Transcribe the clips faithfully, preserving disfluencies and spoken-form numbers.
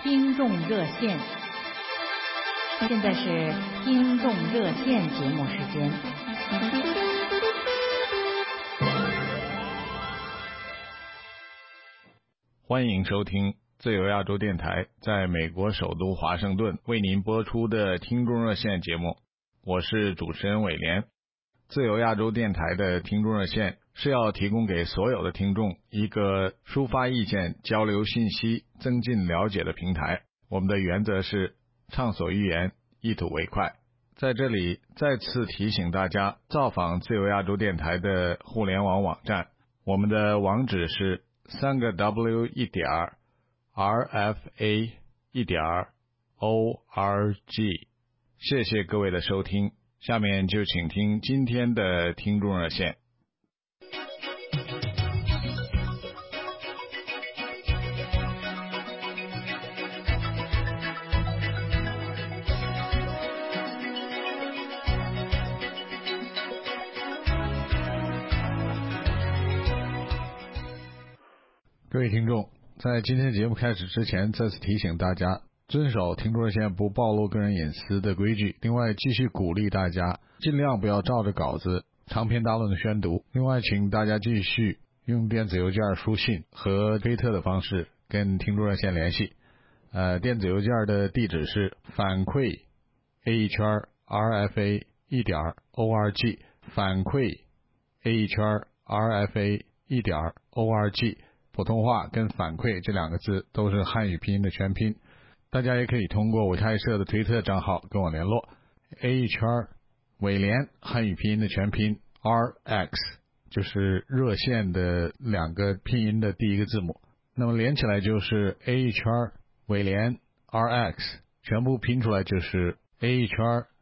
听众热线。现在是听众热线节目时间。 欢迎收听自由亚洲电台在美国首都华盛顿为您播出的听众热线节目，我是主持人伟廉。自由亚洲电台的听众热线是要提供给所有的听众一个抒发意见、交流信息、增进了解的平台。我们的原则是畅所欲言，一吐为快。在这里再次提醒大家造访自由亚洲电台的互联网网站，我们的网址是三个 W 一点 R F A 一点 O R G。 谢谢各位的收听，下面就请听今天的听众热线。各位听众，在今天节目开始之前，再次提醒大家遵守听众热线不暴露个人隐私的规矩。另外，继续鼓励大家尽量不要照着稿子长篇大论的宣读。另外，请大家继续用电子邮件、书信和推特的方式跟听众热线联系。呃，电子邮件的地址是反馈 A 一圈 R F A 一点 O R G， 反馈 A 一圈 R F A 一点 O R G。普通话跟反馈这两个字都是汉语拼音的全拼。大家也可以通过我开设的推特账号跟我联络 A 一圈伟联汉语拼音的全拼 R X， 就是热线的两个拼音的第一个字母，那么连起来就是 A 一圈伟联 R X， 全部拼出来就是 A 一圈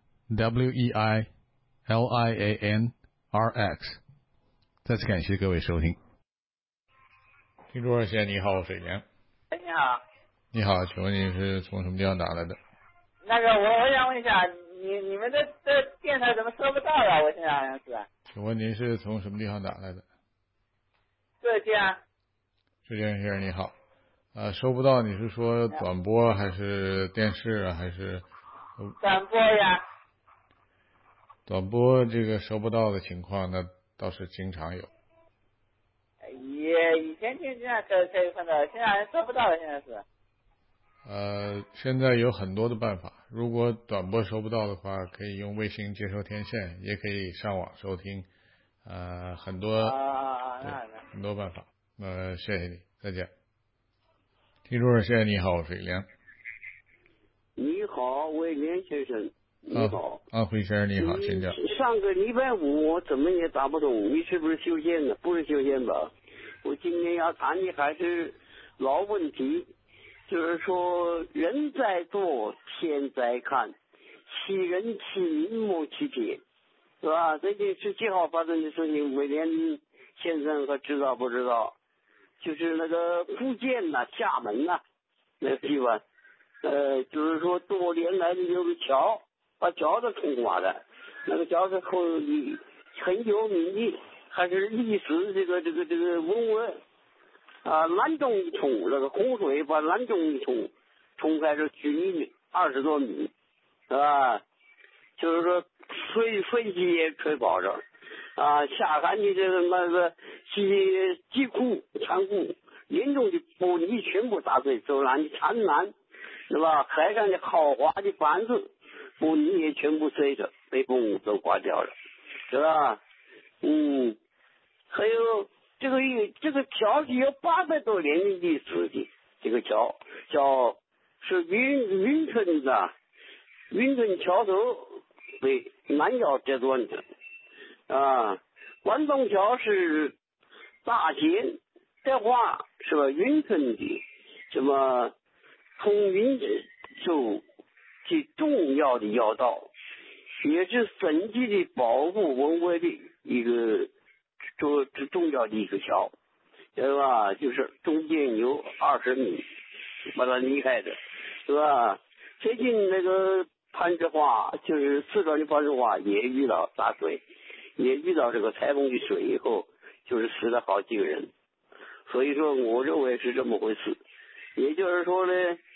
W E I L I A N R X。 再次感谢各位收听。听众热线，你好，我是梁。 哎，你好。 你好，请问你是从什么地方打来的？ 那个，我我想问一下，你你们这这电台怎么收不到呀？我现在好像是。 请问您是从什么地方打来的？ 浙江。 浙江先生你好，呃，收不到，你是说短波还是电视啊，还是？ 短波呀。 短波这个收不到的情况，那倒是经常有。 也以前经常可可以碰到，现在好像收不到了，现在是。 呃，现在有很多的办法，如果短波收不到的话，可以用卫星接收天线，也可以上网收听，呃，很多啊，那很多办法。呃，谢谢你，再见。听众热线，你好，我是李亮。 你好，威廉先生，你好。 啊，辉先生你好，请讲。 上个礼拜五我怎么也打不懂，你是不是修仙的？不是修仙吧？我今天要谈的还是老问题，就是说人在做，天在看，其人其名莫其解，是吧？这件十七号发生的事情，威廉先生还知道不知道？就是那个福建呐、啊、厦门呐、啊、那个地方，呃，就是说多年来的有个桥，把桥都通垮了，那个桥是后很有名的。还是历史这个这个这个文物啊，兰中一冲，那个洪水把兰中一冲，冲开是距离二十多米，是吧？就是说水水机也吹爆着啊，下干的这个那个几几库仓库严重的玻璃全部打碎，走廊的栅栏是吧？海上的豪华的房子玻璃也全部碎着，被风都刮掉了，是吧？嗯。还有这个这个桥是有八百多年的历史的，这个桥叫是云云屯的云屯桥头被南窑折断的啊。关东桥是大仙的话是吧？云屯的什么通云州最重要的要道，也是省级的保护文物的一个。做最重要的一个桥，对吧？就是中间有二十米，把它离开的，是吧？最近那个攀枝花，就是四川的攀枝花也遇到大水，也遇到这个台风的水以后，就是死了好几个人。所以说，我认为是这么回事。也就是说呢，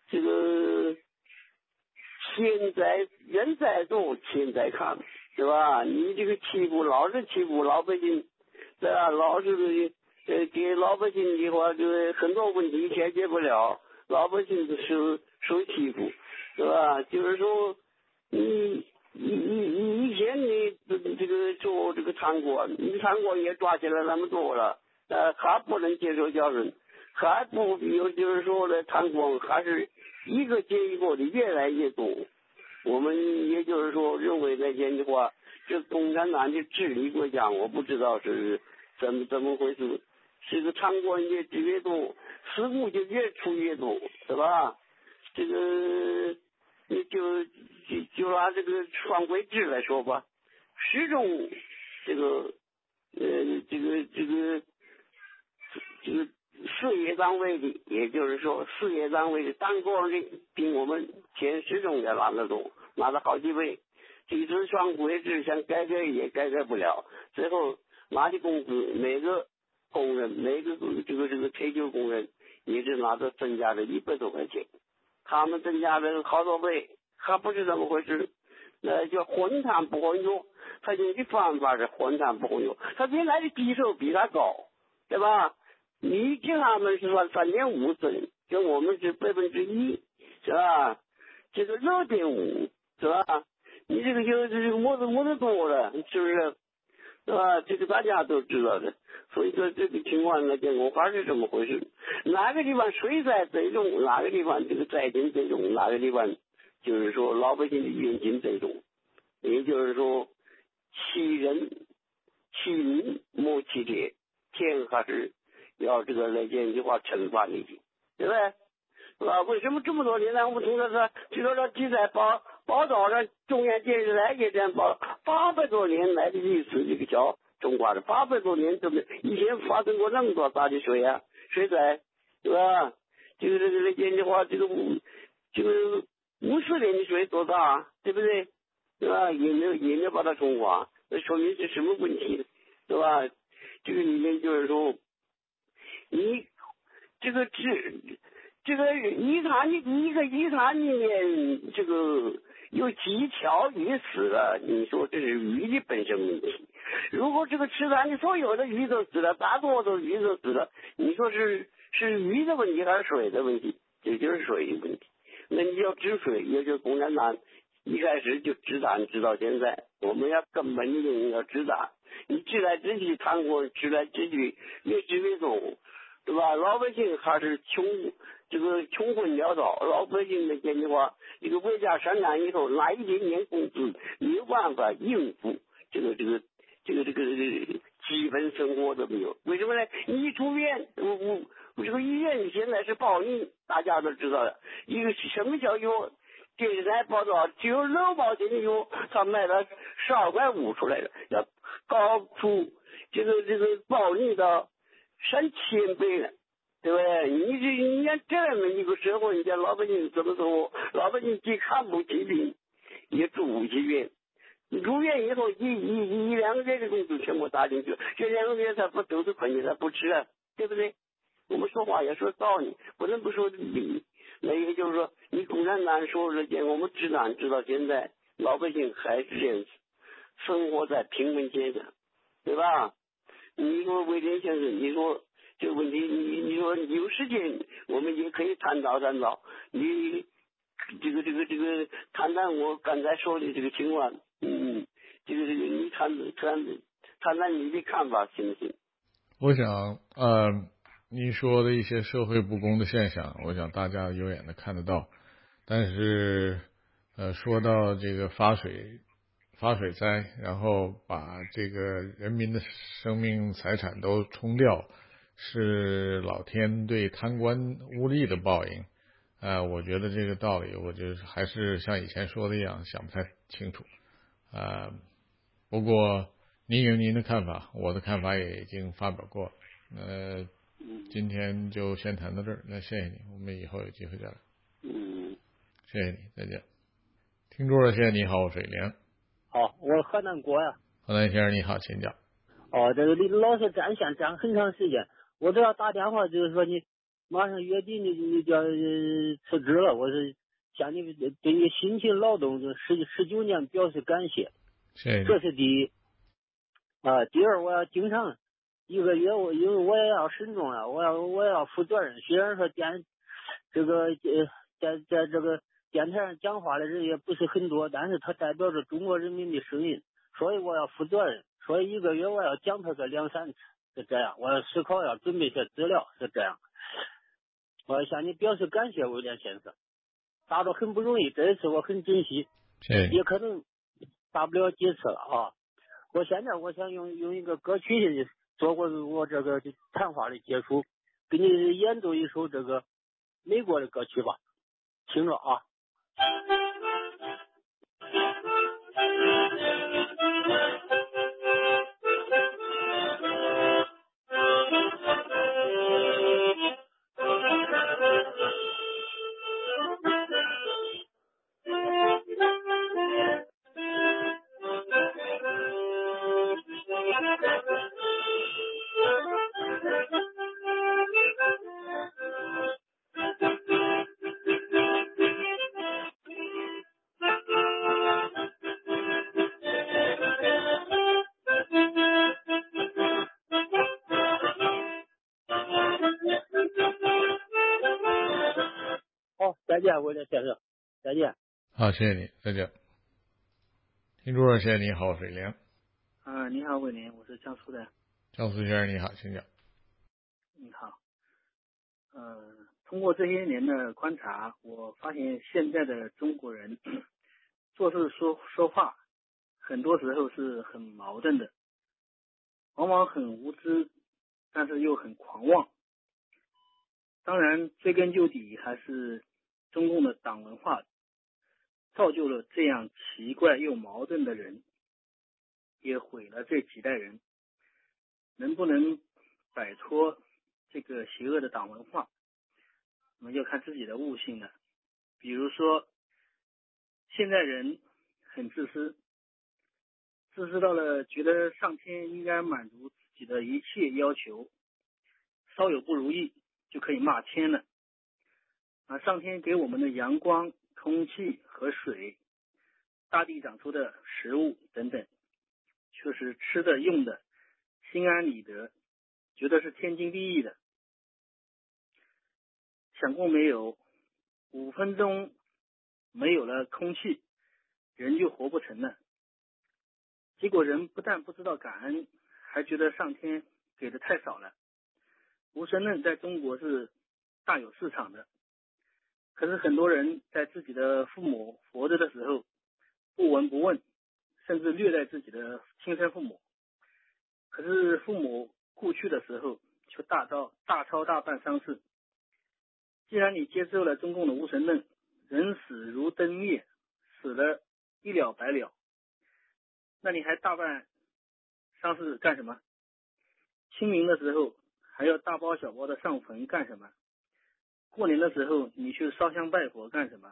这个现在人在做，钱在看，对吧？你这个欺负老是欺负老百姓，对吧？老是呃给老百姓的话，这个很多问题解决不了，老百姓受受欺负，对吧？就是说，你你你你以前你这个做这个贪官，你贪官也抓起来那么多了，呃，还不能接受教训，还不有就是说呢，贪官还是一个接一个的越来越多。我们也就是说认为那些的话，这共产党的治理国家，我不知道是怎么怎么回事。这个贪官越越多，事故就越出越多，是吧？这个你就就就拿这个双轨制来说吧，始终这个呃这个这个这个事业单位的，也就是说事业单位的当官的比我们钱始终要拿得多，拿了好几倍。这次双轨制想改革也改革不了，最后拿的工资每个工人每个这个这个退休工人也是拿着增加了一百多块钱，他们增加了好多倍，还不是这么回事。那叫混汤不混药，他用的方法是混汤不混药，他原来的低手比他高，对吧？你跟他们是算三点五升，跟我们是百分之一，是吧？这个六点五，是吧？你这个就这个摸的摸的多了，是不是？是吧？这个大家都知道的。所以说这个情况来讲，我还是这么回事。哪个地方水灾最重，哪个地方这个灾情最重，哪个地方就是说老百姓的冤情最重。也就是说，欺人欺民莫欺天，天还是要这个来讲一句话惩罚你，对不对？是吧？为什么这么多年来我们通常说，就说这记载报报道上中央电视台也这样报，八百多年来的历史，这个叫中华的八百多年，怎么以前发生过那么多大的水啊水灾，对吧？这个这个来讲的话，这个五这个五十年的水多大，对不对？对吧？也没有也没有把它冲垮，那说明是什么问题，对吧？这个里面就是说，你这个治这个遗产的一个遗产里面，这个有几条鱼死了，你说这是鱼的本身问题。如果这个池塘的所有的鱼都死了，大多数鱼都死了，你说是是鱼的问题还是水的问题？这就是水的问题。那你要治水，也就是共产党一开始就治党治到现在，我们要根本的原因要治党。你治来治去，贪官治来治去，越治越多，对吧？老百姓还是穷，这个穷困潦倒。老百姓的讲的话，这个国家生产以后，拿一点点工资没有办法应付这个这个这个这个基本生活都没有。为什么呢？你一住院，我我这个医院现在是保密，大家都知道的。一个什么叫药？电视台报道，只有六毛钱的药，他卖了十二块五出来了，要高出这个这个保利到上千倍了，对不对？你这你看这么一个社会，你家老百姓怎么说？老百姓既看不起病，也住不起院。入院以后，一一一两个月的工资全部打进去，这两个月他不都是亏你，他不吃啊，对不对？我们说话也说道理，不能不说理。那也就是说，你共产党说了讲，我们治党治到现在，老百姓还是这样子，生活在贫困线上，对吧？你说魏典先生，你说这个问题，你你说有时间我们也可以探讨探讨，你这个这个这个谈谈我刚才说的这个情况，嗯，这个这个你谈谈谈谈你的看法行不行？ 我想，呃。你说的一些社会不公的现象，我想大家有眼的看得到，但是，呃，说到这个发水发水灾，然后把这个人民的生命财产都冲掉，是老天对贪官污吏的报应。呃，我觉得这个道理，我就还是像以前说的一样，想不太清楚。呃，不过您有您的看法，我的看法也已经发表过了。呃。今天就先谈到这儿，那谢谢你，我们以后有机会再来。 嗯， 谢谢你，再见。听众热线，你好，我是水莲。 好，我是河南国呀。 河南先生你好，请讲。 哦，这个你老是占线占很长时间，我都要打电话，就是说你马上月底你你就要辞职了，我是向你对你辛勤劳动这十十九年表示感谢。 谢谢。 这是第一。啊，第二，我要经常一个月我因为我也要慎重呀，我要我也要负责任。虽然说电这个呃在在这个电台上讲话的人也不是很多，但是他代表着中国人民的声音，所以我要负责任。所以一个月我要讲他个两三次，是这样。我要思考要准备些资料，是这样。我要向你表示感谢，威廉先生，打得很不容易，这一次我很珍惜，也可能打不了几次了啊。我现在我想用用一个歌曲做过我这个谈话的结束，给你演奏一首这个美国的歌曲吧，听着啊。再见，威廉先生，再见。 好，谢谢你，再见。听众热线，你好，水灵。 啊，你好，威廉，我是江苏的。 江苏先生，你好，请讲。 你好，呃，通过这些年的观察，我发现现在的中国人做事说说话，很多时候是很矛盾的，往往很无知，但是又很狂妄。当然，追根究底，还是中共的党文化造就了这样奇怪又矛盾的人，也毁了这几代人。能不能摆脱这个邪恶的党文化，我们就看自己的悟性了。比如说，现在人很自私，自私到了觉得上天应该满足自己的一切要求，稍有不如意就可以骂天了。啊，上天给我们的阳光、空气和水，大地长出的食物等等，却是吃的用的心安理得，觉得是天经地义的。想过没有，五分钟没有了空气，人就活不成了。结果人不但不知道感恩，还觉得上天给的太少了。无神论在中国是大有市场的，可是很多人在自己的父母活着的时候不闻不问，甚至虐待自己的亲生父母。可是父母故去的时候，却大操大操大办丧事。既然你接受了中共的无神论，人死如灯灭，死了一了百了，那你还大办丧事干什么？清明的时候还要大包小包的上坟干什么？过年的时候你去烧香拜佛干什么？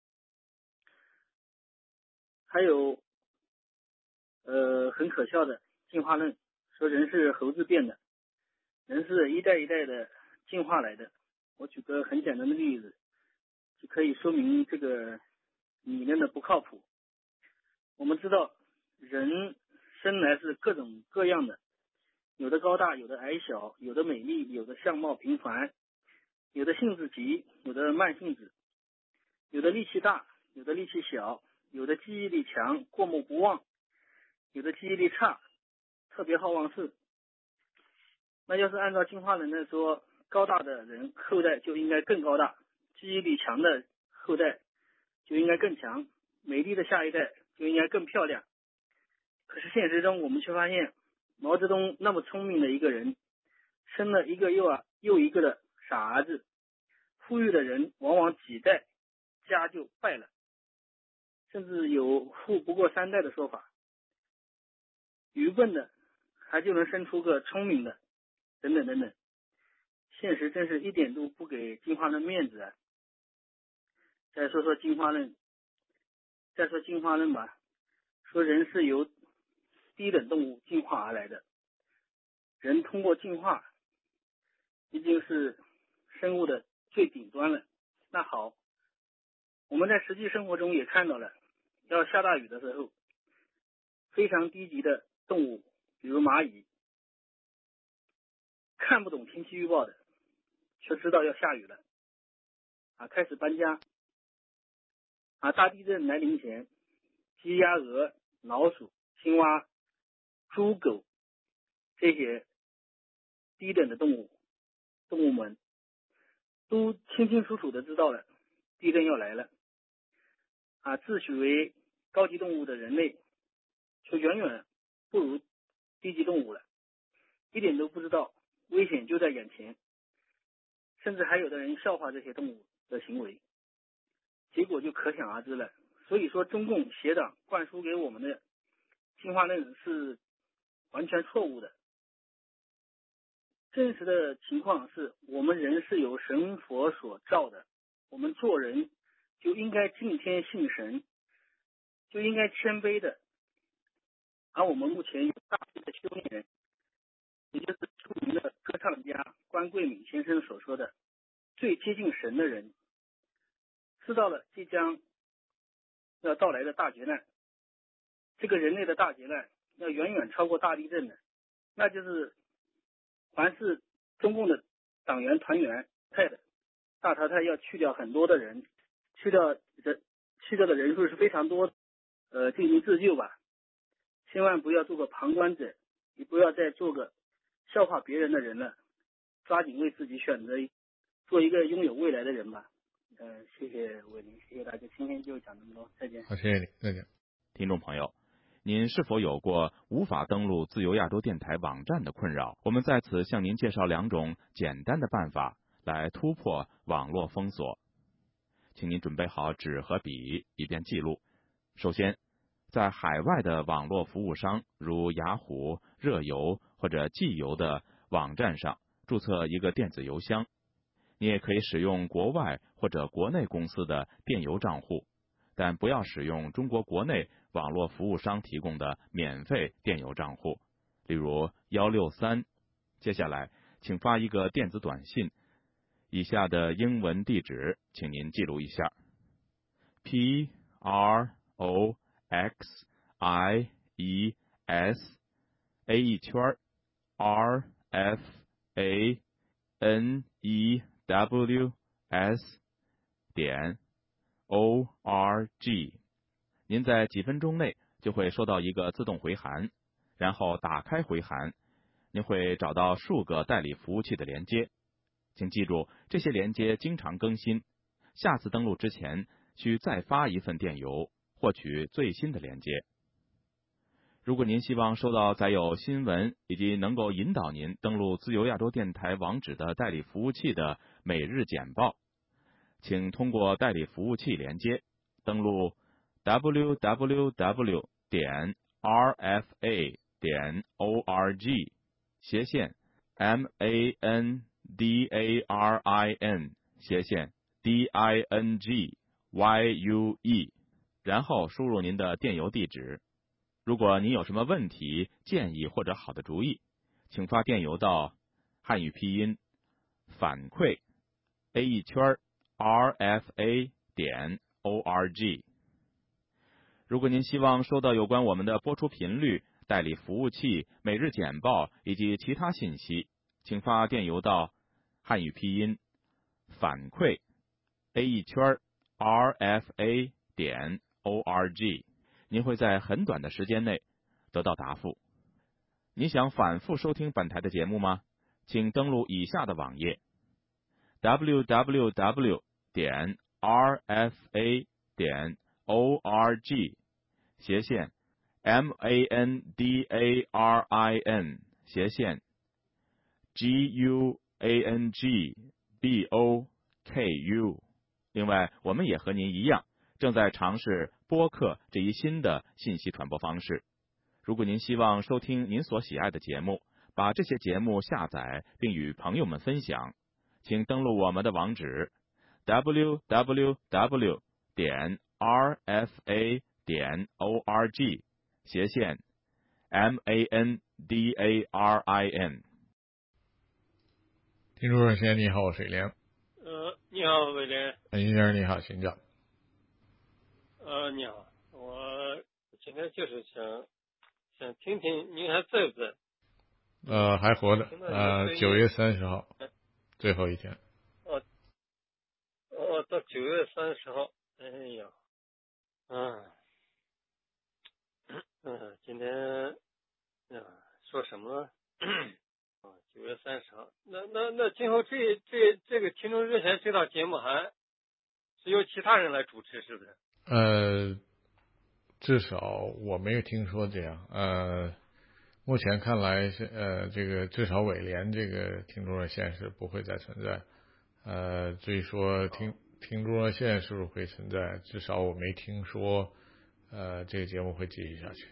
还有呃很可笑的进化论，说人是猴子变的，人是一代一代的进化来的。我举个很简单的例子，就可以说明这个理论的不靠谱。我们知道人生来是各种各样的，有的高大，有的矮小，有的美丽，有的相貌平凡，有的性子急，有的慢性子，有的力气大，有的力气小，有的记忆力强，过目不忘，有的记忆力差，特别好忘事。那要是按照进化论来说，高大的人后代就应该更高大，记忆力强的后代就应该更强，美丽的下一代就应该更漂亮。可是现实中我们却发现，毛泽东那么聪明的一个人，生了一个又啊又一个的傻儿子，富裕的人往往几代家就败了，甚至有富不过三代的说法。愚笨的还就能生出个聪明的，等等等等。现实真是一点都不给进化论面子啊！再说说进化论，再说进化论吧，说人是由低等动物进化而来的，人通过进化已经是生物的最顶端了。那好，我们在实际生活中也看到了，要下大雨的时候，非常低级的动物，比如蚂蚁，看不懂天气预报的，却知道要下雨了啊，开始搬家啊。大地震来临前，鸡鸭鹅、老鼠、青蛙、猪狗这些低等的动物动物们都清清楚楚的知道了地震要来了啊。自诩为高级动物的人类却远远不如低级动物了，一点都不知道危险就在眼前，甚至还有的人笑话这些动物的行为，结果就可想而知了。所以说中共邪党灌输给我们的进化论是完全错误的。真实的情况是，我们人是由神佛所造的，我们做人就应该敬天信神，就应该谦卑的。而我们目前有大批的修炼人，也就是出名的歌唱家关桂敏先生所说的最接近神的人，知道了即将要到来的大劫难，这个人类的大劫难要远远超过大地震的，那就是凡是中共的党员团员派的大淘汰，要去掉很多的人，去掉人去掉的人数是非常多的，呃，进行自救吧。千万不要做个旁观者，也不要再做个笑话别人的人了，抓紧为自己选择做一个拥有未来的人吧。呃，谢谢伟林，谢谢大家，今天就讲这么多，再见。 好，谢谢你，再见。 听众朋友，您是否有过无法登录自由亚洲电台网站的困扰？我们在此向您介绍两种简单的办法来突破网络封锁，请您准备好纸和笔，以便记录。首先，在海外的网络服务商如雅虎、热邮或者寄邮的网站上注册一个电子邮箱。你也可以使用国外或者国内公司的电邮账户，但不要使用中国国内网络服务商提供的免费电邮账户，例如一六三。接下来，请发一个电子短信，以下的英文地址，请您记录一下 ：P R O X I E S A 一圈 R F A N E W S 点 O R G。 您在几分钟内就会收到一个自动回函，然后打开回函，您会找到数个代理服务器的连接。请记住，这些连接经常更新，下次登录之前需再发一份电邮，获取最新的连接。如果您希望收到载有新闻以及能够引导您登录自由亚洲电台网址的代理服务器的每日简报，请通过代理服务器连接登录 w w w 点 r f a 点 o r g 斜线 m a n d a r i n 斜线 d i n g y u e， 然后输入您的电邮地址。如果您有什么问题、建议或者好的主意，请发电邮到汉语拼音反馈 a 一圈 r f a 点 o r g。 如果您希望收到有关我们的播出频率、代理服务器、每日简报以及其他信息，请发电邮到汉语拼音反馈 a 一圈 r f a 点 o r g。您会在很短的时间内得到答复。你想反复收听本台的节目吗？请登录以下的网页 w w w 点 r f a 点 o r g 斜线 m a n d a r i n 斜线 g u a n g b o k u。 另外，我们也和您一样正在尝试播客这一新的信息传播方式。如果您希望收听您所喜爱的节目，把这些节目下载并与朋友们分享，请登录我们的网址 w w w 点 r f a 点 o r g 斜线 m a n d a r i n。 听众热线，你好，我是水莲。 你好，威廉。 陈先生你好，请讲。 呃，你好，我今天就是想想听听您还在不在？ 呃，还活着。呃，九月三十号，最后一天。 哦，哦，到九月三十号。哎呀，嗯，嗯，今天，嗯，说什么？啊，九月三十号。那那那今后这这这个听众热线这档节目还是由其他人来主持，是不是？ 呃，至少我没有听说这样。呃，目前看来是呃，这个至少伟联这个听众热线是不会再存在。呃，至于说听听众热线是不是会存在，至少我没听说，呃，这个节目会继续下去。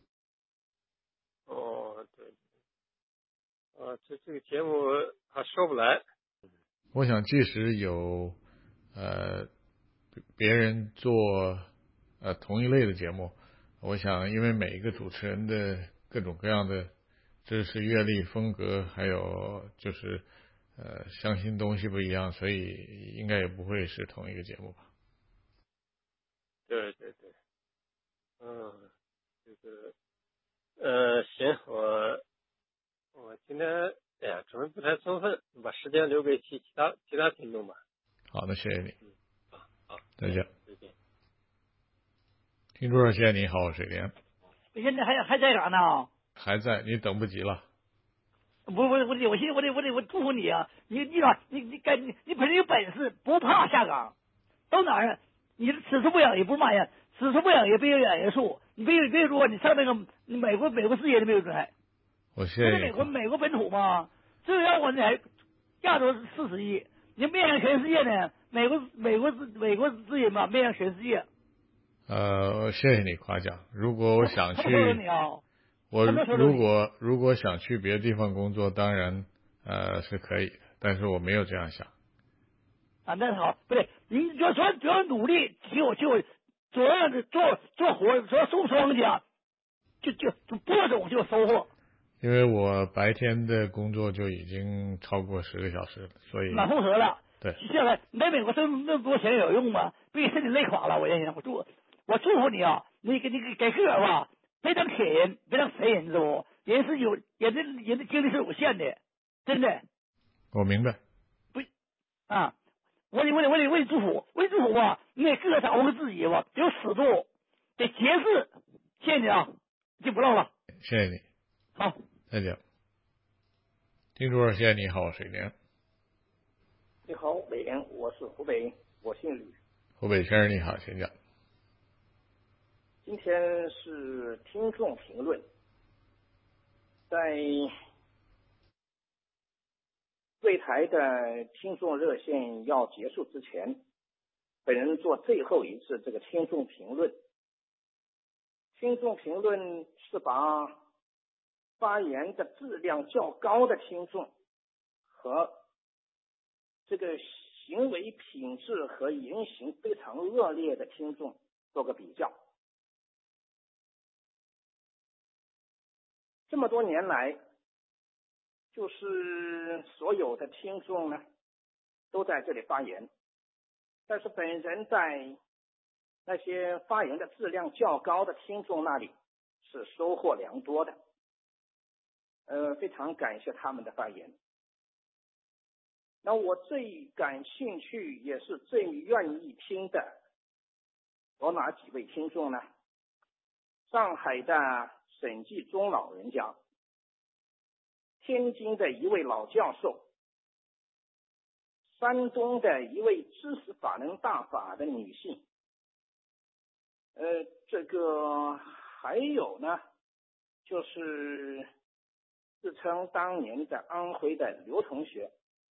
哦，对，啊，这这个节目还说不来。 我想，即使有呃别人做呃同一类的节目，我想，因为每一个主持人的各种各样的知识、阅历、风格，还有就是呃相信东西不一样，所以应该也不会是同一个节目吧。 对对对，嗯，这个呃，行，我我今天哎呀，准备不太充分，把时间留给其其他其他听众吧。 好的，谢谢你。 嗯，好，好， 再见。 再见。 听众热线，你好，水莲。 你现在还还在岗呢？ 还在，你等不及了。 不不，我得我现在我得我得我祝福你啊！你你啊，你你该你你本身有本事，不怕下岗，到哪儿你此处不养也不是嘛呀，此处不养也必有养爷树。你别别说你上那个美国美国事业都没有准来， 我谢谢你。 美国美国本土嘛，这要我才亚洲四十亿，你面向全世界呢？美国美国美国资源嘛，面向全世界。 呃，谢谢你夸奖。如果我想去，我如果如果想去别的地方工作，当然呃是可以的，但是我没有这样想。 啊，那好，不对，你只要说只要努力，就就主要是做做活，只要种庄稼，就就就播种就有收获。 因为我白天的工作就已经超过十个小时了，所以满负荷了。 对， 现在在美国挣那么多钱有用吗？被身体累垮了，我相信。我祝我祝福你啊，你给你给个人吧，别当铁人，别当神人，知道不？人是有人的人的精力是有限的，真的。 我明白。 不啊，我得我得我得为你祝福，为你祝福吧，你得各掌握自己吧，有尺度，得节制。谢谢你啊，就不唠了。 谢谢你。 好， 再见。听众热线，你好，水莲。 你好，伟莲，我是湖北，我姓吕。 湖北先生你好，请讲。 今天是听众评论，在柜台的听众热线要结束之前，本人做最后一次这个听众评论。听众评论是把发言的质量较高的听众和这个行为品质和言行非常恶劣的听众做个比较。这么多年来，就是所有的听众呢都在这里发言，但是本人在那些发言的质量较高的听众那里是收获良多的，呃，非常感谢他们的发言。那我最感兴趣也是最愿意听的有哪几位听众呢？上海的沈继忠老人家，天津的一位老教授，山东的一位知识法能大法的女性，呃，这个还有呢，就是自称当年的安徽的刘同学。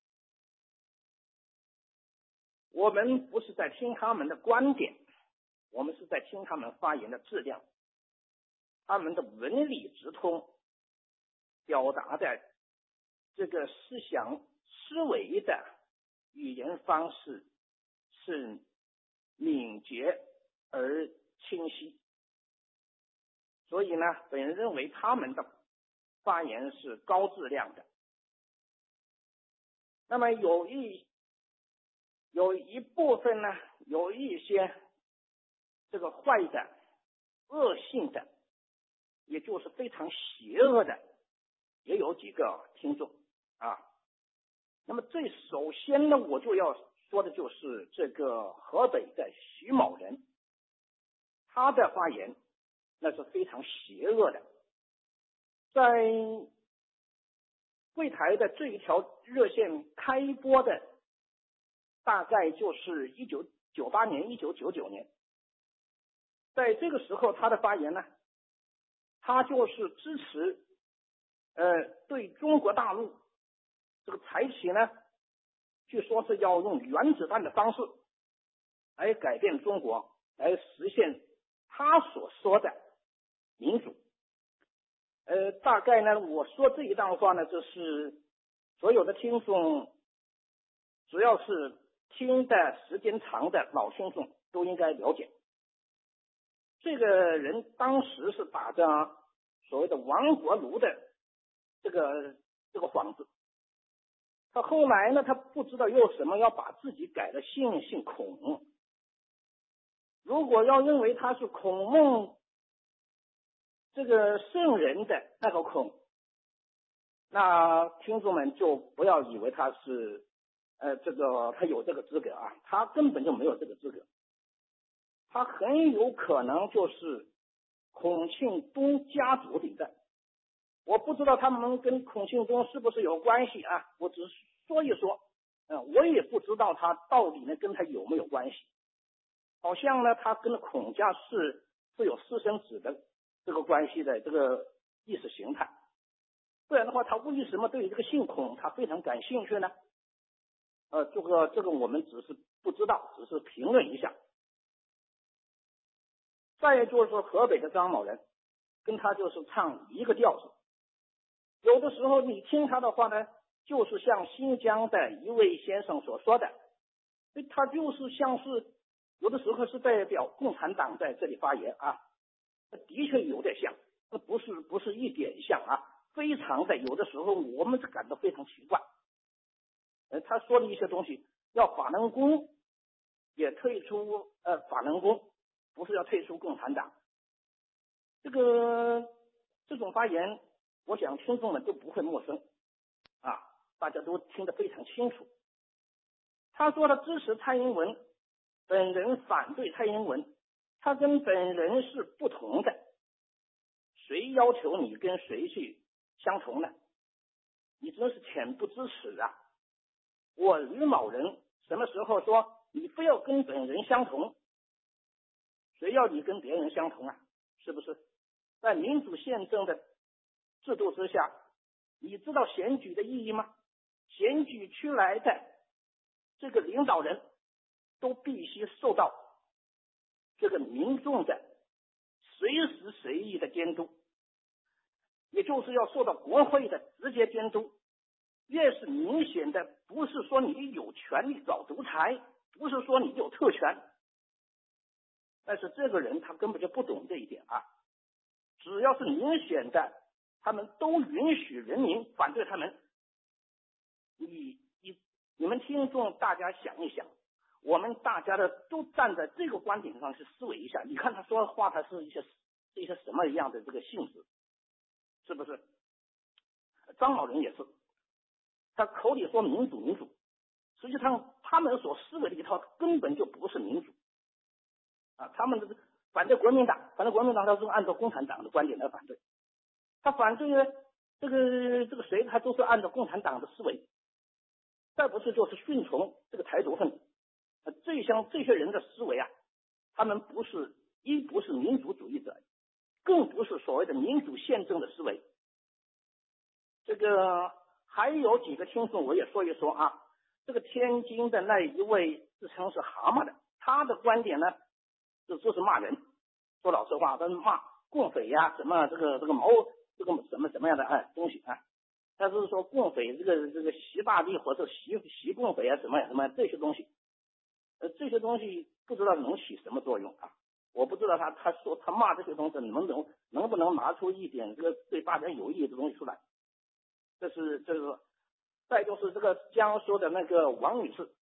我们不是在听他们的观点，我们是在听他们发言的质量，他们的文理直通，表达的这个思想思维的语言方式是敏捷而清晰，所以呢，本人认为他们的发言是高质量的。那么有一有一部分呢，有一些这个坏的、恶性的，也就是非常邪恶的，也有几个听众啊。那么最首先呢，我就要说的就是这个河北的徐某人，他的发言那是非常邪恶的。在柜台的这一条热线开播的大概就是一九九八年、一九九九年，在这个时候他的发言呢，他就是支持呃对中国大陆这个采取呢，据说是要用原子弹的方式来改变中国，来实现他所说的民主。呃，大概呢，我说这一段话呢，就是所有的听众，只要是听的时间长的老听众都应该了解。这个人当时是打着所谓的亡国奴的这个这个幌子，他后来呢，他不知道又什么要把自己改的姓姓孔。如果要认为他是孔孟这个圣人的那个孔，那听众们就不要以为他是呃这个他有这个资格啊，他根本就没有这个资格。他很有可能就是孔庆东家族里的，我不知道他们跟孔庆东是不是有关系啊，我只是说一说，嗯、呃，我也不知道他到底呢跟他有没有关系。好像呢，他跟孔家是是有私生子的这个关系的这个意识形态，不然的话，他为什么对这个姓孔他非常感兴趣呢？呃，这个这个我们只是不知道，只是评论一下。再就是河北的张某人，跟他就是唱一个调子。有的时候你听他的话呢，就是像新疆的一位先生所说的，他就是像是有的时候是代表共产党在这里发言啊，的确有点像，不是不是一点像啊，非常的有的时候我们是感到非常奇怪。呃，他说的一些东西，要法轮功也退出呃法轮功，不是要退出共产党。这个这种发言，我想听众们都不会陌生啊，大家都听得非常清楚。他说的支持蔡英文，本人反对蔡英文，他跟本人是不同的，谁要求你跟谁去相同呢？你真是恬不知耻啊！我吕某人什么时候说你非要跟本人相同？谁要你跟别人相同啊？是不是？在民主宪政的制度之下，你知道选举的意义吗？选举出来的这个领导人都必须受到这个民众的随时随地的监督，也就是要受到国会的直接监督。越是明显的，不是说你有权利搞独裁，不是说你有特权，但是这个人他根本就不懂这一点啊。只要是明显的，他们都允许人民反对他们。你你你们听众大家想一想，我们大家的都站在这个观点上去思维一下，你看他说的话，他是一些是一些什么样的这个性质，是不是？张老人也是，他口里说民主民主，实际上他们所思维的一套根本就不是民主啊！他们这个反对国民党，反对国民党，他是按照共产党的观点来反对，他反对呢这个这个谁，他都是按照共产党的思维，再不是就是顺从这个台独分子。这像这些人的思维啊，他们不是一不是民主主义者，更不是所谓的民主宪政的思维。这个还有几个听众我也说一说啊，这个天津的那一位自称是蛤蟆的，他的观点呢，就就是骂人，说老实话，他骂共匪呀、啊，什么这个这个毛这个什么什么样的哎东西啊，他是说共匪这个这个习大帝或者习习共匪啊什么什么这些东西。呃，这些东西不知道能起什么作用啊！我不知道他他说他骂这些东西能不能能不能拿出一点这个对大家有益的东西出来？这是这是，再就是这个江苏的那个王女士，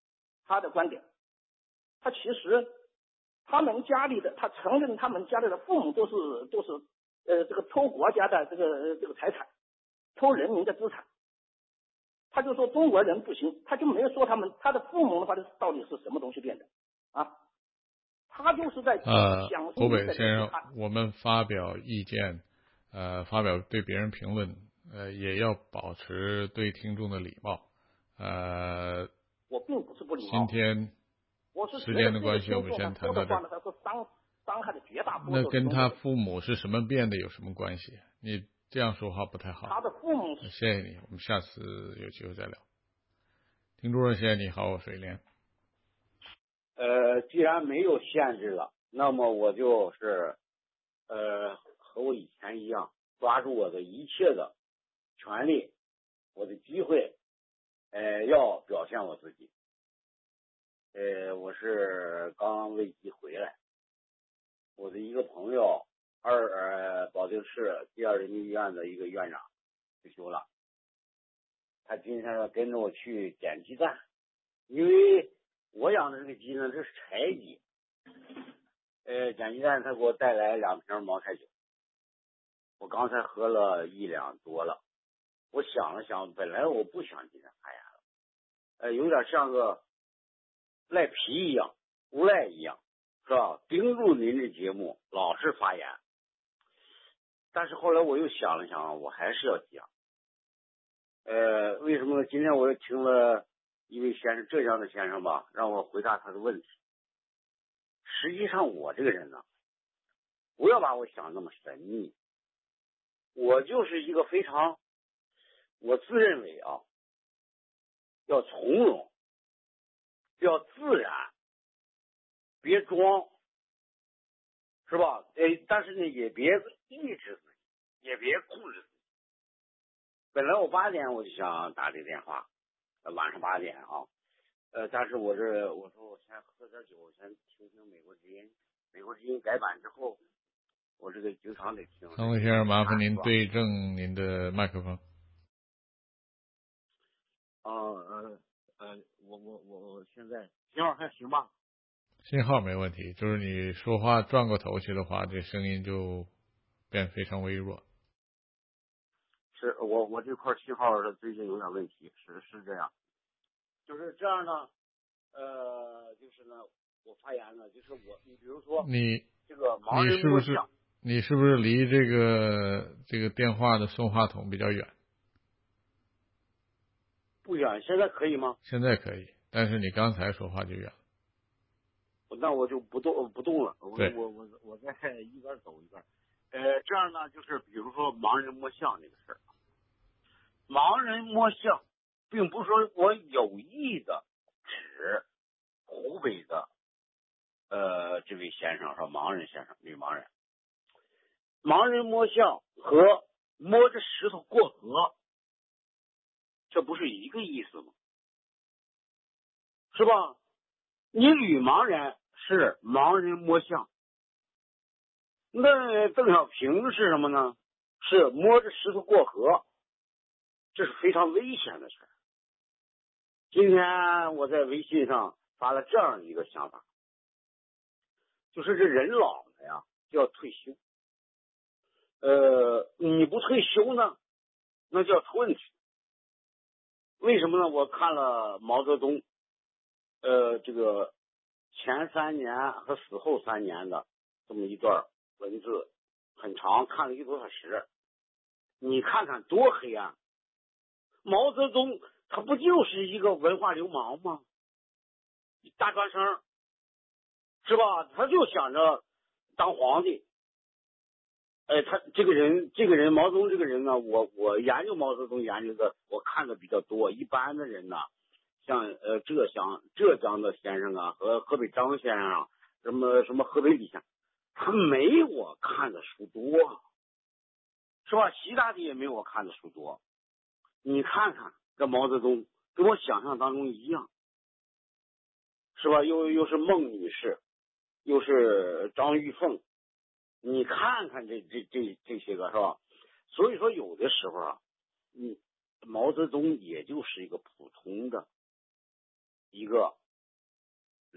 他的观点，他其实他们家里的，他承认他们家里的父母都是都是呃这个偷国家的这个这个财产，偷人民的资产。他就说中国人不行，他就没有说他们他的父母的话到底是什么东西变的啊？他就是在呃， 讲述侯北先生，我们发表意见，呃，发表对别人评论，呃，也要保持对听众的礼貌。呃， 我并不是不礼貌。 今天时间的关系，我们先谈到这儿。 伤伤害的绝大多数。 那跟他父母是什么变的有什么关系？你这样说话不太好。 他的父母。 谢谢你，我们下次有机会再聊。听众热线，你好，我水莲。 呃，既然没有限制了，那么我就是呃和我以前一样，抓住我的一切的权利，我的机会，呃，要表现我自己。呃，我是刚危机回来，我的一个朋友，二呃保定市第二人民医院的一个院长退休了，他今天跟着我去捡鸡蛋，因为我养的这个鸡呢，这是柴鸡。呃，捡鸡蛋，他给我带来两瓶茅台酒，我刚才喝了一两多了。我想了想，本来我不想今天发言了，呃，有点像个赖皮一样，无赖一样，是吧？盯住您的节目，老是发言。但是后来我又想了想，我还是要讲。呃，为什么呢？今天我又听了一位先生，浙江的先生吧，让我回答他的问题。实际上我这个人呢，不要把我想那么神秘，我就是一个非常，我自认为啊，要从容，要自然，别装，是吧？哎，但是呢，也别抑制自己，也别控制自己。本来我八点我就想打这个电话，晚上八点啊。呃，但是我这我说我先喝点酒，我先听听美国之音。美国之音改版之后，我这个经常得听。 张伟先生，麻烦您对正您的麦克风。 啊呃呃，我我我我现在信号还行吧？ 信号没问题，就是你说话转过头去的话，这声音就变非常微弱。 是我我这块信号是最近有点问题，是是这样。就是这样呢，呃，就是呢，我发言呢，就是我，你比如说， 你这个盲人摸象， 你是不是离这个这个电话的送话筒比较远？ 不远，现在可以吗？ 现在可以，但是你刚才说话就远。 那我就不动不动了，我我我我在一边走一边，呃，这样呢，就是比如说盲人摸象这个事儿，盲人摸象。并不是说我有意的指湖北的呃这位先生是盲人先生，女盲人。盲人摸象和摸着石头过河，这不是一个意思吗？是吧？你女盲人是盲人摸象，那邓小平是什么呢？是摸着石头过河，这是非常危险的事儿。今天我在微信上发了这样一个想法，就是这人老了呀就要退休，呃，你不退休呢，那就要出问题。为什么呢？我看了毛泽东，呃，这个前三年和死后三年的这么一段文字，很长，看了一个多小时。你看看多黑暗！毛泽东他不就是一个文化流氓吗？大专生，是吧？他就想着当皇帝。哎，他这个人，这个人毛泽东这个人呢，我我研究毛泽东研究的，我看的比较多。一般的人呢，像呃浙江浙江的先生啊，和河北张先生啊，什么什么河北李先生，他没我看的书多，是吧？习大帝也没我看的书多。你看看这毛泽东，跟我想象当中一样，是吧？又又是孟女士，又是张玉凤，你看看这这这这些个，是吧？所以说有的时候啊，你毛泽东也就是一个普通的一个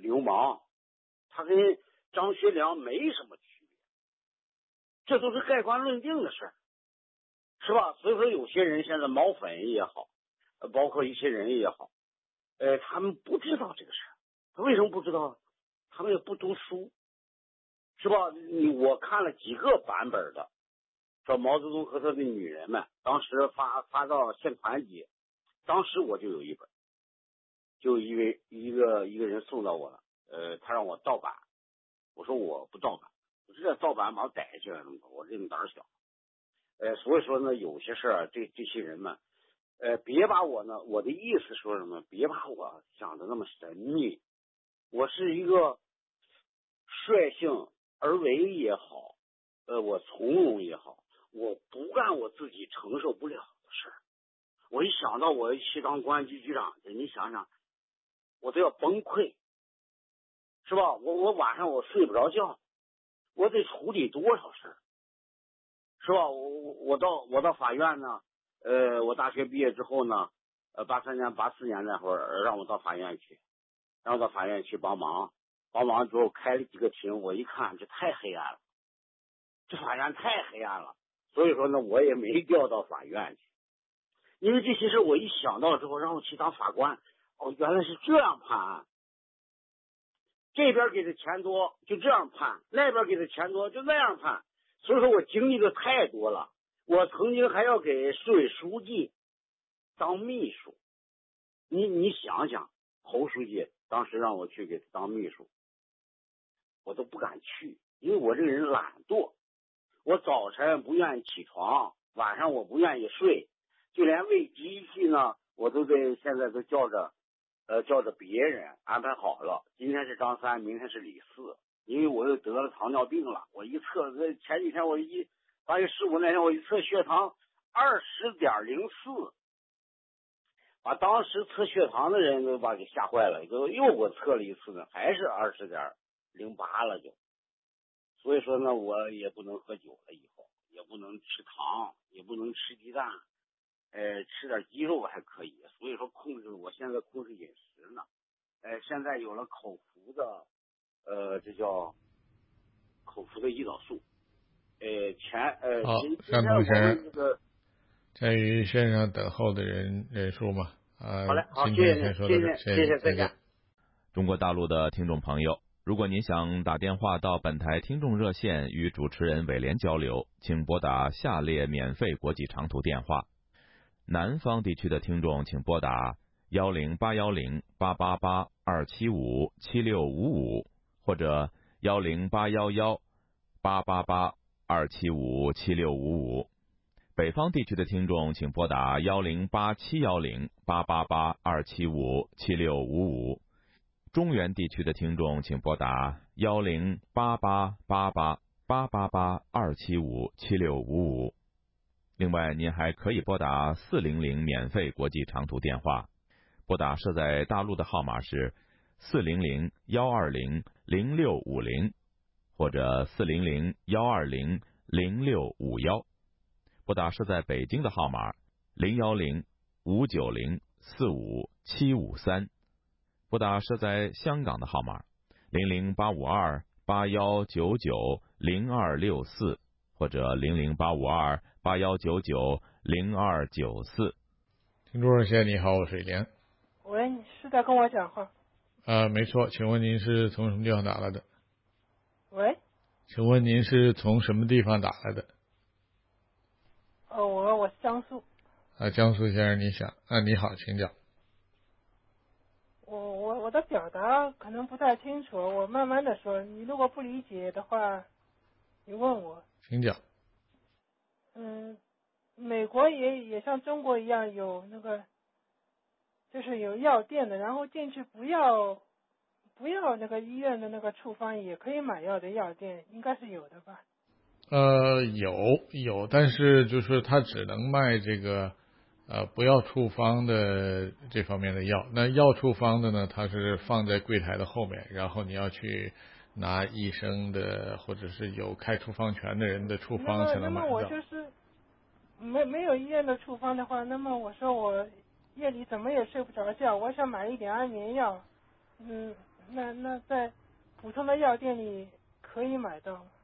流氓，他跟张学良没什么区别，这都是盖棺论定的事儿，是吧？所以说有些人现在毛粉也好，包括一些人也好，呃，他们不知道这个事儿，他为什么不知道？他们也不读书，是吧？你我看了几个版本的，说毛泽东和他的女人们，当时发发到县团级，当时我就有一本，就一位一个一个人送到我了，呃，他让我盗版，我说我不盗版，我这盗版把我逮起来了，我这个胆儿小，呃，所以说呢，有些事儿，这这些人们，呃，别把我呢，我的意思说什么，别把我想的那么神秘，我是一个率性而为也好，呃，我从容也好，我不干我自己承受不了的事儿。我一想到我去当公安局局长，你想想，我都要崩溃，是吧？我我晚上我睡不着觉，我得处理多少事儿，是吧？我我到我到法院呢，呃，我大学毕业之后呢，呃，八三年八四年那会儿让我到法院去，让我到法院去帮忙，帮忙之后开了几个庭，我一看这太黑暗了，这法院太黑暗了，所以说呢，我也没调到法院去。因为这些事我一想到之后，让我去当法官，哦，原来是这样判案，这边给的钱多就这样判，那边给的钱多就那样判，所以说我经历的太多了。我曾经还要给市委书记当秘书，你你想想，侯书记当时让我去给他当秘书，我都不敢去，因为我这个人懒惰，我早晨不愿意起床，晚上我不愿意睡。就连喂机器呢，我都得现在都叫着，呃，叫着别人安排好了。今天是张三，明天是李四，因为我又得了糖尿病了。我一测，前几天我一八月十五那天我一测血糖二十点零四，把当时测血糖的人都把给吓坏了，又又我测了一次呢，还是二十点零八了就。所以说呢，我也不能喝酒了，以后也不能吃糖，也不能吃鸡蛋。呃，吃点鸡肉还可以，所以说控制，我现在控制饮食呢。呃，现在有了口服的，呃，这叫口服的胰岛素。呃，前呃， 好，山东先生，这个鉴于线上等候的人人数嘛，啊， 好嘞，好， 今谢谢您， 天先说到这， 谢谢，谢谢，再见。 中国大陆的听众朋友，如果您想打电话到本台听众热线与主持人伟廉交流，请拨打下列免费国际长途电话。南方地区的听众请拨打幺零八幺零八八八二七五七六五五或者幺零八幺幺八八八二七五七六五五。北方地区的听众请拨打幺零八七幺零八八八二七五七六五五。中原地区的听众请拨打幺零八八八八八八八二七五七六五五。另外，您还可以拨打四零零免费国际长途电话，拨打设在大陆的号码是四零零幺二零零六五零或者四零零幺二零零六五幺，拨打设在北京的号码零幺零五九零四五七五三，拨打设在香港的号码零零八五二八幺九九零二六四或者零零八五二八幺九九零二九四。 听众热线，你好，我是连。 喂，你是在跟我讲话？ 啊，没错，请问您是从什么地方打来的？ 喂？ 请问您是从什么地方打来的？ 哦，我我是江苏。 啊，江苏先生，你想啊？你好，请讲。 我我我的表达可能不太清楚，我慢慢的说，你如果不理解的话，你问我。 请讲。 嗯，美国也也像中国一样有那个，就是有药店的，然后进去不要不要那个医院的那个处方也可以买药的药店，应该是有的吧？ 呃，有有，但是就是他只能卖这个呃不要处方的这方面的药，那要处方的呢，它是放在柜台的后面，然后你要去拿医生的或者是有开处方权的人的处方才能买到。 那么我就是没没有医院的处方的话，那么我说我夜里怎么也睡不着觉，我想买一点安眠药，嗯， 那那在普通的药店里可以买到吗？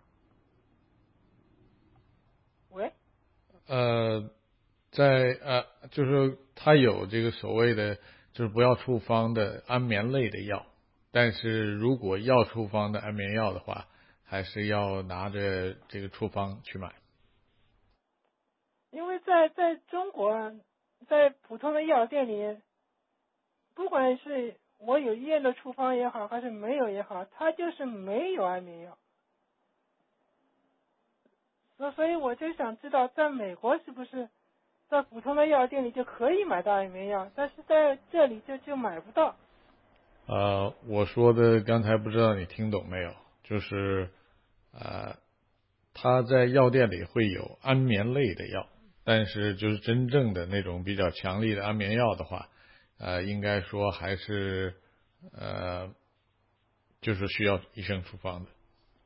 喂？ 呃，在呃，就是它有这个所谓的就是不要处方的安眠类的药，但是如果要处方的安眠药的话，还是要拿着这个处方去买。 因为在在中国，在普通的药店里，不管是我有医院的处方也好，还是没有也好，它就是没有安眠药。所所以我就想知道，在美国是不是在普通的药店里就可以买到安眠药，但是在这里就就买不到。 呃，我说的刚才不知道你听懂没有，就是呃，它在药店里会有安眠类的药，但是就是真正的那种比较强力的安眠药的话，呃，应该说还是呃，就是需要医生处方的。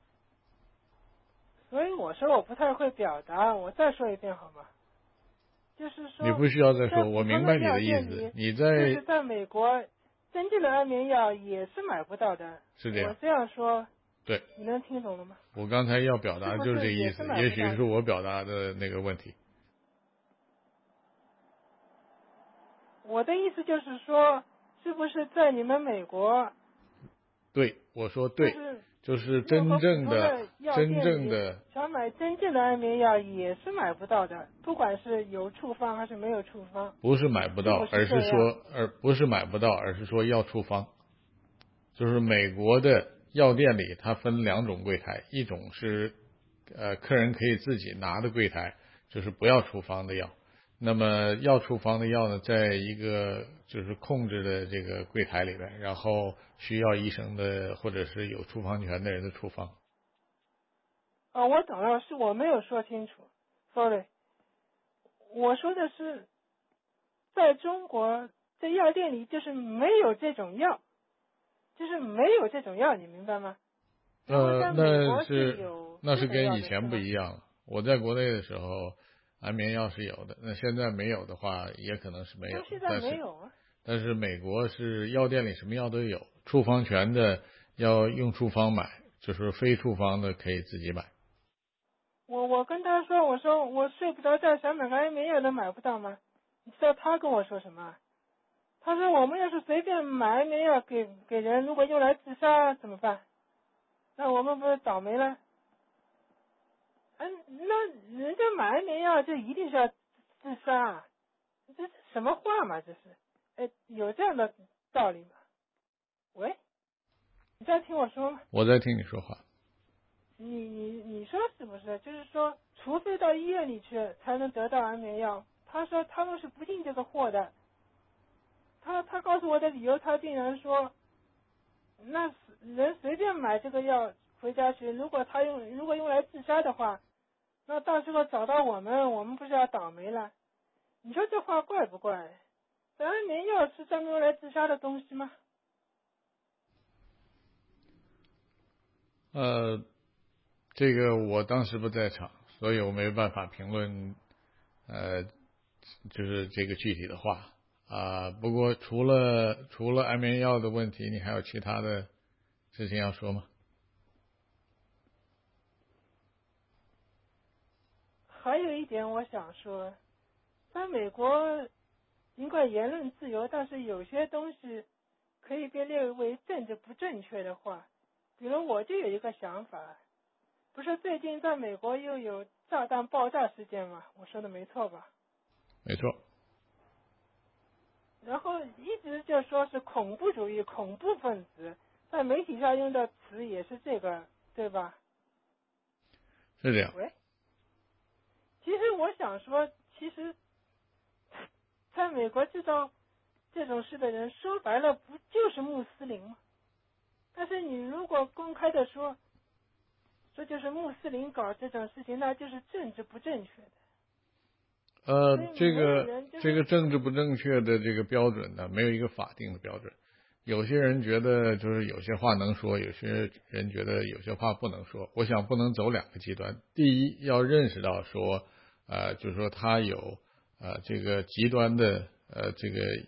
所以我说我不太会表达，我再说一遍好吗？就是说， 你不需要再说，我明白你的意思。你在就是在美国，真正的安眠药也是买不到的。 是这样。 我这样说， 对， 你能听懂了吗？ 我刚才要表达就是这个意思，也许是我表达的那个问题。 我的意思就是说，是不是在你们美国？ 对，我说对。 就是就是真正的真正的想买真正的安眠药也是买不到的，不管是有处方还是没有处方。 不是买不到， 是而是说而不是买不到，而是说要处方。就是美国的药店里，它分两种柜台，一种是呃客人可以自己拿的柜台，就是不要处方的药。那么要处方的药呢，在一个就是控制的这个柜台里边，然后需要医生的或者是有处方权的人的处方。 哦，我懂了，是我没有说清楚 ，sorry。我说的是，在中国在药店里就是没有这种药，就是没有这种药，你明白吗？ 呃，那是那是跟以前不一样了。我在国内的时候。安眠药是有的，那现在没有的话，也可能是没有。 现在没有啊。 但是美国是药店里什么药都有，处方权的要用处方买，就是非处方的可以自己买。 我我跟他说，我说我睡不着觉，想买个安眠药都买不到吗？你知道他跟我说什么？他说我们要是随便买安眠药给给人，如果用来自杀怎么办？那我们不是倒霉了？嗯，那人家买安眠药就一定是要自杀，这是什么话嘛？这是，哎，有这样的道理吗？喂，你在听我说吗？ 我在听你说话。 你你你说是不是？就是说，除非到医院里去才能得到安眠药。他说他们是不进这个货的。他他告诉我的理由，他竟然说，那人随便买这个药回家去，如果他用如果用来自杀的话。那到时候找到我们，我们不是要倒霉了？你说这话怪不怪？安眠药是专门用来自杀的东西吗？ 呃，这个我当时不在场，所以我没办法评论，呃，就是这个具体的话啊、呃。不过除了除了安眠药的问题，你还有其他的事情要说吗？ 还有一点我想说，在美国，尽管言论自由，但是有些东西可以被列为政治不正确的话。比如我就有一个想法，不是最近在美国又有炸弹爆炸事件吗？我说的没错吧？ 没错。 然后一直就说是恐怖主义、恐怖分子，在媒体上用的词也是这个，对吧？ 是这样。 喂。其实我想说，其实在美国制造这种事的人，说白了不就是穆斯林吗？但是你如果公开的说，说就是穆斯林搞这种事情，那就是政治不正确的。 呃，这个、 就是、 这个政治不正确的这个标准呢，没有一个法定的标准。有些人觉得就是有些话能说，有些人觉得有些话不能说。我想不能走两个极端。第一，要认识到说。呃，就是说他有呃这个极端的呃这个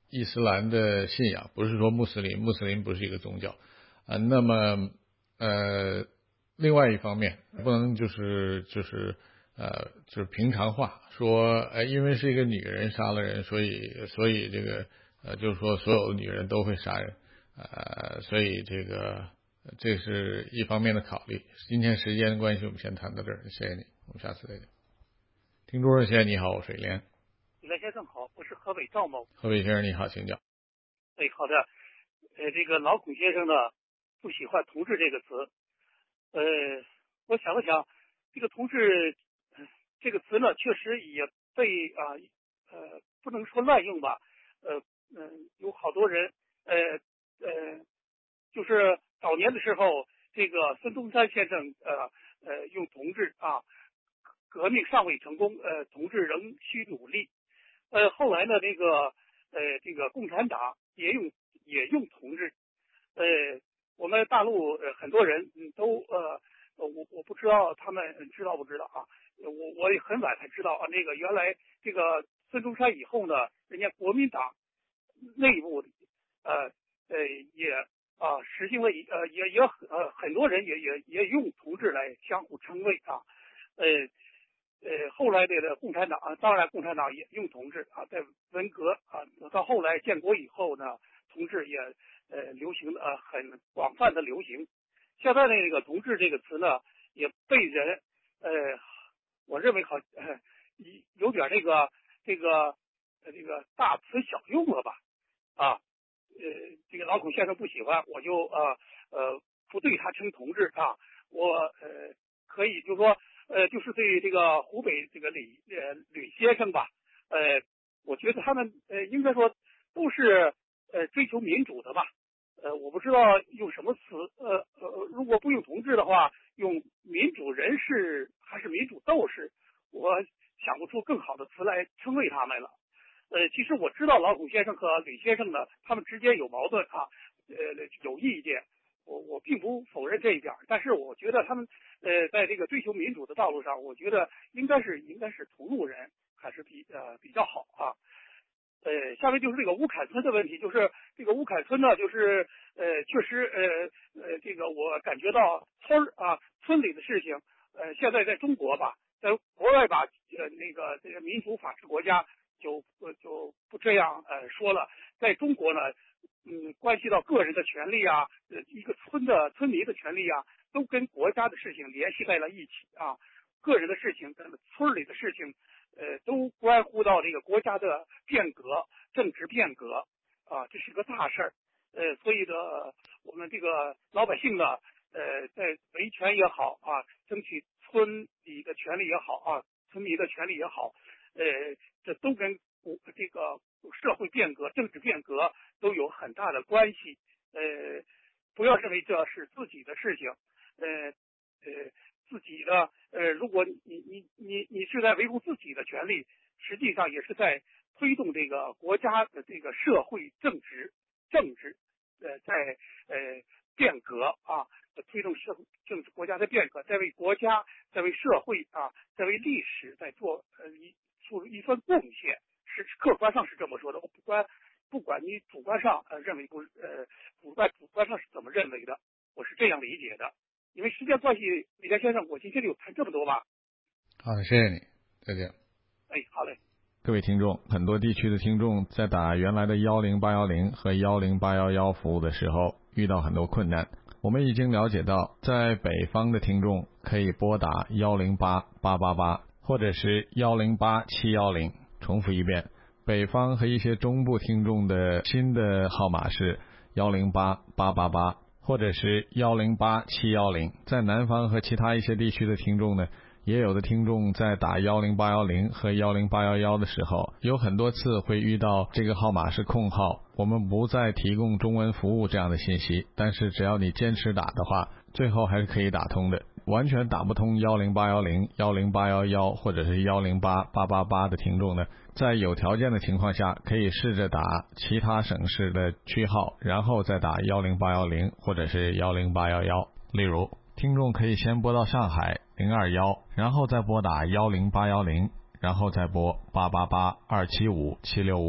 伊斯兰的信仰，不是说穆斯林，穆斯林不是一个宗教啊。那么呃，另外一方面，不能就是就是呃就是平常化说，呃，因为是一个女人杀了人，所以所以这个呃就是说所有的女人都会杀人，呃，所以这个这是一方面的考虑。今天时间的关系，我们先谈到这儿，谢谢你，我们下次再见。听众热线，你好，我是连。 雷先生好，我是河北赵某。 河北先生你好，请讲。 哎，好的。呃，这个老孔先生呢不喜欢同志这个词。呃，我想了想，这个同志、呃、这个词呢，确实也被啊 呃, 呃不能说滥用吧，呃嗯、呃，有好多人呃呃，就是早年的时候，这个孙中山先生呃呃用同志啊，革命尚未成功，呃，同志仍需努力。呃，后来呢，这个呃，这个共产党也用也用同志，呃，我们大陆呃很多人都呃，我我不知道他们知道不知道啊？我我也很晚才知道啊，那个原来这个孙中山以后呢，人家国民党内部呃呃也啊、呃、实行了呃也也呃很多人也也也用同志来相互称谓啊，呃。呃，后来这个共产党啊，当然共产党也用同志啊，在文革啊，到后来建国以后呢，同志也呃流行呃很广泛的流行。现在那个同志这个词呢，也被人呃，我认为好呃有点这个这个呃这个大词小用了吧啊，呃这个老孔先生不喜欢，我就呃呃不对他称同志啊，我呃可以就说。呃，就是对这个湖北这个李呃吕先生吧，呃，我觉得他们呃应该说都是呃追求民主的吧，呃，我不知道用什么词，呃呃，如果不用同志的话，用民主人士还是民主斗士，我想不出更好的词来称谓他们了。呃，其实我知道老孔先生和吕先生呢，他们之间有矛盾啊，呃，有意见。我我并不否认这一点，但是我觉得他们呃在这个追求民主的道路上，我觉得应该是应该是同路人还是比呃比较好啊。呃，下面就是这个乌坎村的问题，就是这个乌坎村呢，就是呃确实呃呃这个我感觉到村啊村里的事情，呃现在在中国吧，在国外吧，呃那个这个民主法治国家就呃就不这样呃说了，在中国呢。嗯，关系到个人的权利啊，呃，一个村的村民的权利啊，都跟国家的事情联系在了一起啊。个人的事情跟村里的事情，呃，都关乎到这个国家的变革、政治变革啊，这是个大事儿。呃，所以呢，我们这个老百姓呢，呃，在维权也好啊，争取村里的权利也好啊，村民的权利也好，呃，这都跟这个社会变革、政治变革都有很大的关系。呃，不要认为这是自己的事情，呃呃，自己的呃，如果你你你你是在维护自己的权利，实际上也是在推动这个国家的这个社会政治政治呃在呃变革啊，推动社会政治国家的变革，在为国家、在为社会啊、在为历史在做呃一做一番贡献。是客观上是这么说的，不管不管你主观上呃认为不呃主观主观上是怎么认为的，我是这样理解的。因为时间关系，李家先生，我今天就谈这么多吧。 好，谢谢你，再见。 哎，好嘞。 各位听众，很多地区的听众在打原来的幺零八幺零和幺零八幺幺服务的时候遇到很多困难。我们已经了解到，在北方的听众可以拨打幺零八八八八或者是幺零八七幺零。重复一遍，北方和一些中部听众的新的号码是幺零八八八八或者是幺零八七幺零。在南方和其他一些地区的听众呢，也有的听众在打幺零八幺零和幺零八幺幺的时候，有很多次会遇到这个号码是空号，我们不再提供中文服务这样的信息，但是只要你坚持打的话，最后还是可以打通的。完全打不通幺零八幺零、幺零八幺幺或者是幺零八八八八的听众呢，在有条件的情况下，可以试着打其他省市的区号，然后再打幺零八幺零或者是幺零八幺幺。例如，听众可以先拨到上海零二幺，然后再拨打幺零八幺零，然后再拨八八八二七五七六五五。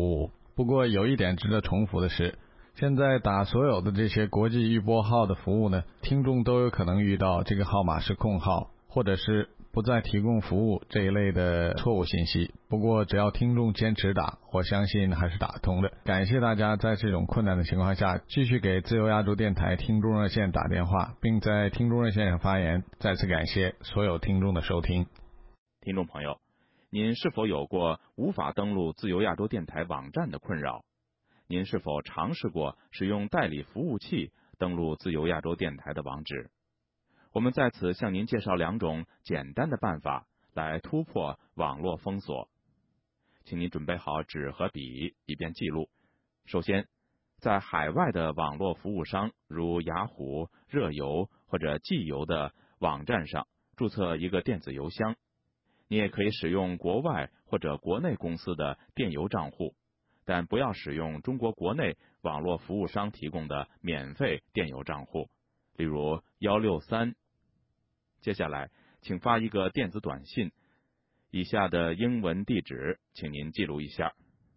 不过有一点值得重复的是，现在打所有的这些国际预拨号的服务呢，听众都有可能遇到这个号码是空号，或者是不再提供服务这一类的错误信息。不过只要听众坚持打，我相信还是打通的。感谢大家在这种困难的情况下继续给自由亚洲电台听众热线打电话，并在听众热线上发言。再次感谢所有听众的收听。 听众朋友，您是否有过无法登录自由亚洲电台网站的困扰？您是否尝试过使用代理服务器登录自由亚洲电台的网址？我们在此向您介绍两种简单的办法来突破网络封锁。请您准备好纸和笔，以便记录。首先，在海外的网络服务商如雅虎、热游或者寄邮的网站上注册一个电子邮箱。你也可以使用国外或者国内公司的电邮账户，但不要使用中国国内网络服务商提供的免费电邮账户，例如一六三。接下来，请发一个电子短信，以下的英文地址，请您记录一下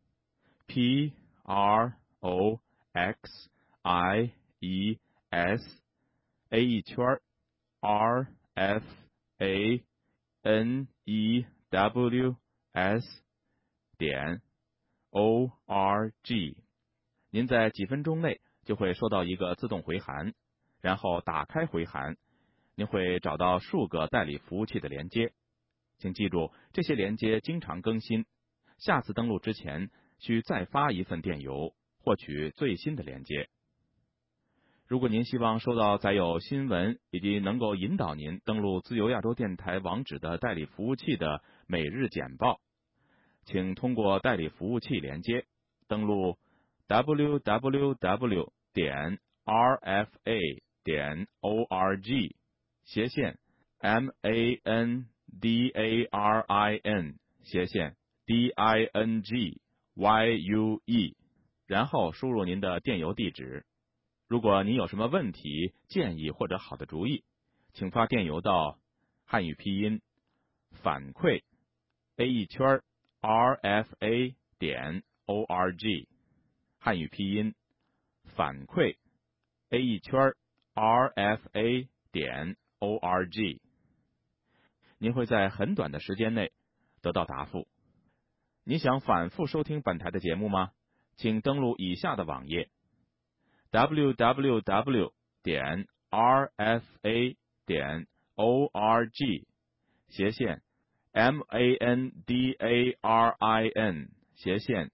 ：p r o x i e s a 一圈 r f a n e w s 点 o r g。您在几分钟内就会收到一个自动回函，然后打开回函，您会找到数个代理服务器的连接。请记住，这些连接经常更新，下次登录之前需再发一份电邮，获取最新的连接。如果您希望收到载有新闻以及能够引导您登录自由亚洲电台网址的代理服务器的每日简报，请通过代理服务器连接登录 w w w 点 r f a 点 o r g 斜线 m a n d a r i n 斜线 d i n g y u e， 然后输入您的电邮地址。如果您有什么问题、建议或者好的主意，请发电邮到汉语拼音反馈 a 一圈 r f a 点 o r g， 汉语拼音反馈 a 一圈 r f a 点 o r g。 您会在很短的时间内得到答复。你想反复收听本台的节目吗？请登录以下的网页：w w w 点 r f a 点 o r g 斜线 m a n d a r i n 斜线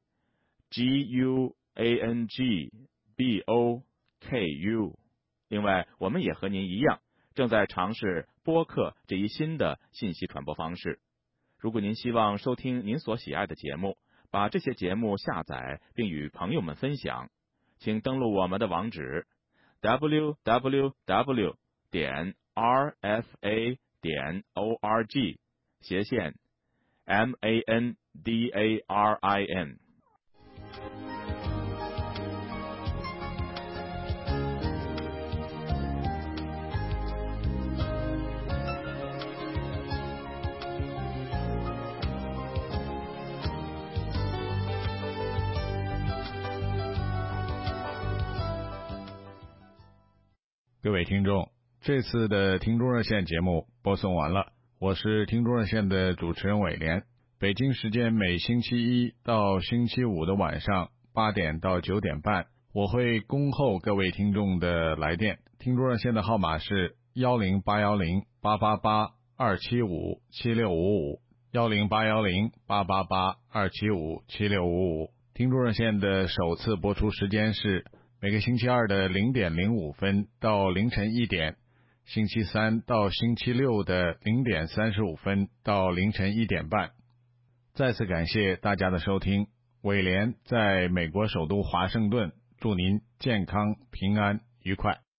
g u a n g b o k u。 另外，我们也和您一样，正在尝试播客这一新的信息传播方式。如果您希望收听您所喜爱的节目，把这些节目下载并与朋友们分享，请登录我们的网址 w w w 点 r f a 点 o r g 斜线 m a n d a r i n。 各位听众，这次的听众热线节目播送完了，我是听众热线的主持人伟廉。北京时间每星期一到星期五的晚上八点到九点半，我会恭候各位听众的来电。听众热线的号码是一零八一零八八八二七五七六五五 一零八一零八八八二七五七六五五。听众热线的首次播出时间是每个星期二的零点零五分到凌晨一点，星期三到星期六的零点三十五分到凌晨一点半。再次感谢大家的收听，伟廉在美国首都华盛顿，祝您健康、平安、愉快。